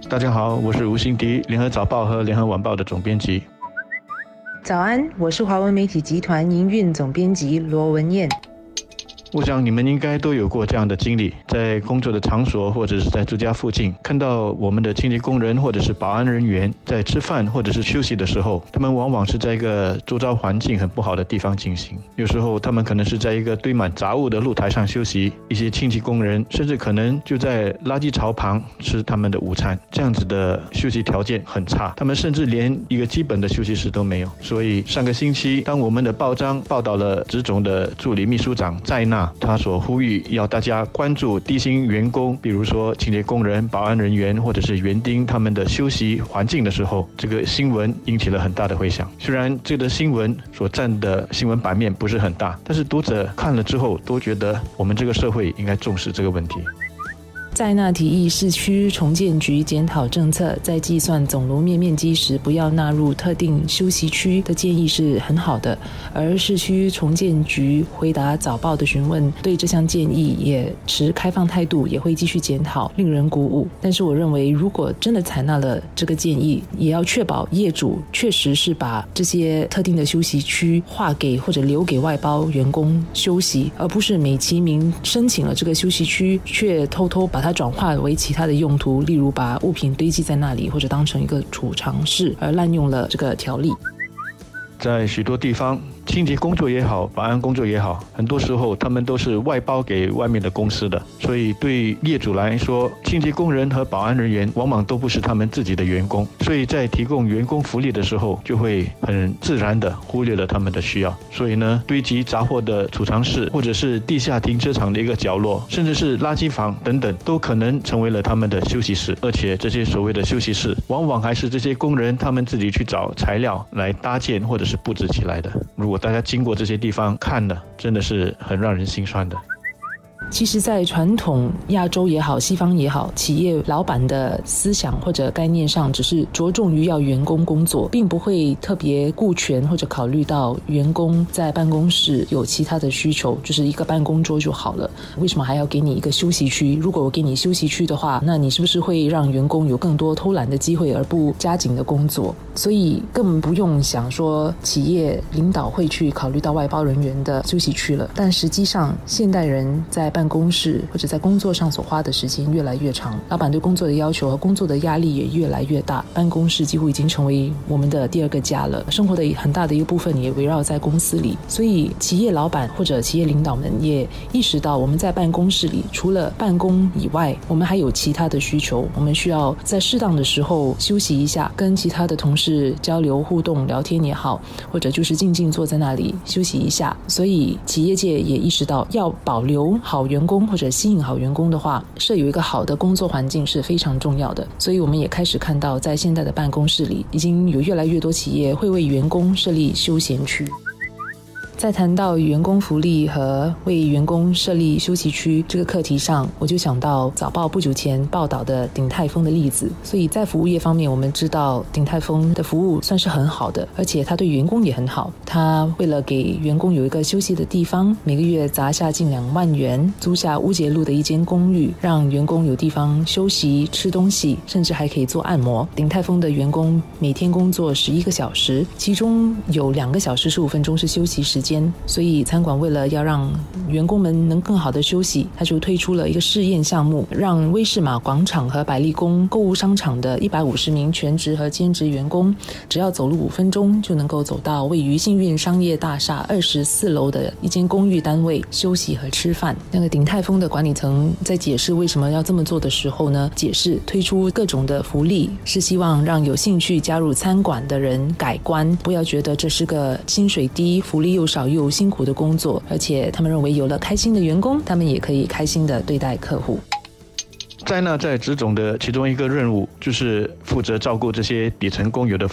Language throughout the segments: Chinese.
大家好，我是吴欣迪，联合早报和联合晚报的总编辑。 早安，我是华文媒体集团营运总编辑罗文燕。 我想你们应该都有过这样的经历，在工作的场所或者是在住家附近，看到我们的清洁工人或者是保安人员在吃饭或者是休息的时候，他们往往是在一个周遭环境很不好的地方进行。有时候他们可能是在一个堆满杂物的露台上休息，一些清洁工人甚至可能就在垃圾槽旁吃他们的午餐。这样子的休息条件很差，他们甚至连一个基本的休息室都没有。所以上个星期，当我们的报章报道了职总的助理秘书长在纳，他所呼吁要大家关注低薪员工，比如说清洁工人、保安人员或者是园丁他们的休息环境的时候，这个新闻引起了很大的回响。虽然这个新闻所占的新闻版面不是很大，但是读者看了之后都觉得我们这个社会应该重视这个问题。 在纳提议市区重建局检讨政策，在计算总楼面面积时不要纳入特定休息区的建议是很好的，而市区重建局回答早报的询问，对这项建议也持开放态度，也会继续检讨，令人鼓舞。但是我认为，如果真的采纳了这个建议，也要确保业主确实是把这些特定的休息区划给或者留给外包员工休息，而不是美其名申请了这个休息区，却偷偷把它转化为其他的用途，例如把物品堆积在那里，或者当成一个储藏室，而滥用了这个条例。 在许多地方，清洁工作也好，保安工作也好，很多时候他们都是外包给外面的公司的，所以对业主来说，清洁工人和保安人员往往都不是他们自己的员工，所以在提供员工福利的时候，就会很自然地忽略了他们的需要。所以呢，堆积杂货的储藏室，或者是地下停车场的一个角落，甚至是垃圾房等等，都可能成为了他们的休息室。而且这些所谓的休息室，往往还是这些工人他们自己去找材料来搭建或者是布置起来的。如果大家经过这些地方看了，真的是很让人心酸的。 其实在传统亚洲也好，西方也好，企业老板的思想或者概念上只是着重于要员工工作，并不会特别顾全或者考虑到员工在办公室有其他的需求，就是一个办公桌就好了，为什么还要给你一个休息区？如果我给你休息区的话，那你是不是会让员工有更多偷懒的机会而不加紧的工作？所以更不用想说企业领导会去考虑到外包人员的休息区了。但实际上现代人在办公室或者在工作上所花的时间越来越长，老板对工作的要求和工作的压力也越来越大，办公室几乎已经成为我们的第二个家了，生活的很大的一个部分也围绕在公司里。所以企业老板或者企业领导们也意识到，我们在办公室里除了办公以外，我们还有其他的需求，我们需要在适当的时候休息一下，跟其他的同事交流互动聊天也好，或者就是静静坐在那里休息一下。所以企业界也意识到，要保留好员工或者吸引好员工的话，设有一个好的工作环境是非常重要的。所以我们也开始看到，在现在的办公室里，已经有越来越多企业会为员工设立休闲区。在谈到员工福利和为员工设立休息区这个课题上，我就想到早报不久前报道的鼎泰丰的例子。所以在服务业方面，我们知道鼎泰丰的服务算是很好的，而且他对员工也很好。他为了给员工有一个休息的地方，每个月砸下近2万元，租下乌节路的一间公寓，让员工有地方休息、吃东西，甚至还可以做按摩。鼎泰丰的员工每天工作11个小时，其中有2个小时15分钟是休息时间，所以餐馆为了要让员工们能更好的休息，他就推出了一个试验项目，让威士玛广场和百丽宫购物商场的150名全职和兼职员工，只要走路5分钟就能够走到位于幸运商业大厦24楼的一间公寓单位休息和吃饭。那个鼎泰丰的管理层在解释为什么要这么做的时候呢，解释推出各种的福利是希望让有兴趣加入餐馆的人改观，不要觉得这是个薪水低、福利又少又辛苦的工作，而且他们认为有了开心的员工，他们也可以开心的对待客户。 在职总的其中一个任务就是负责照顾这些底层工友的福利。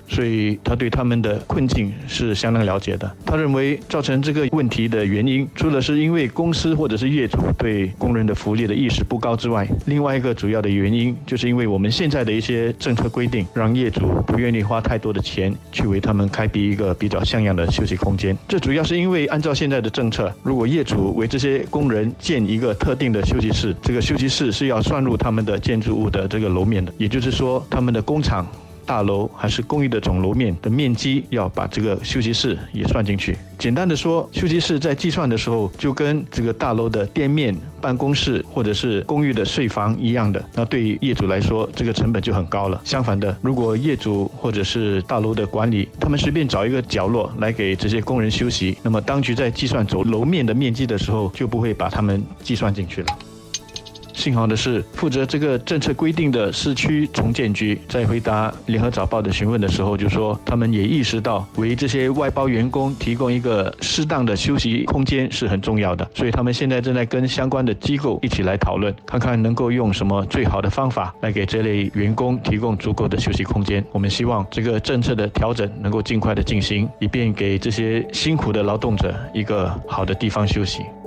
所以他对他们的困境是相当了解的。他认为造成这个问题的原因，除了是因为公司或者是业主对工人的福利的意识不高之外，另外一个主要的原因就是因为我们现在的一些政策规定，让业主不愿意花太多的钱去为他们开辟一个比较像样的休息空间。这主要是因为按照现在的政策，如果业主为这些工人建一个特定的休息室，这个休息室是要算入他们的建筑物的这个楼面的，也就是说他们的工厂、大楼还是公寓的总楼面的面积要把这个休息室也算进去。简单的说，休息室在计算的时候就跟这个大楼的店面、办公室或者是公寓的税房一样的，那对于业主来说这个成本就很高了。相反的，如果业主或者是大楼的管理他们随便找一个角落来给这些工人休息，那么当局在计算总楼面的面积的时候就不会把他们计算进去了。幸好的是，负责这个政策规定的市区重建局在回答联合早报的询问的时候就说，他们也意识到为这些外包员工提供一个适当的休息空间是很重要的，所以他们现在正在跟相关的机构一起来讨论，看看能够用什么最好的方法来给这类员工提供足够的休息空间。我们希望这个政策的调整能够尽快的进行，以便给这些辛苦的劳动者一个好的地方休息。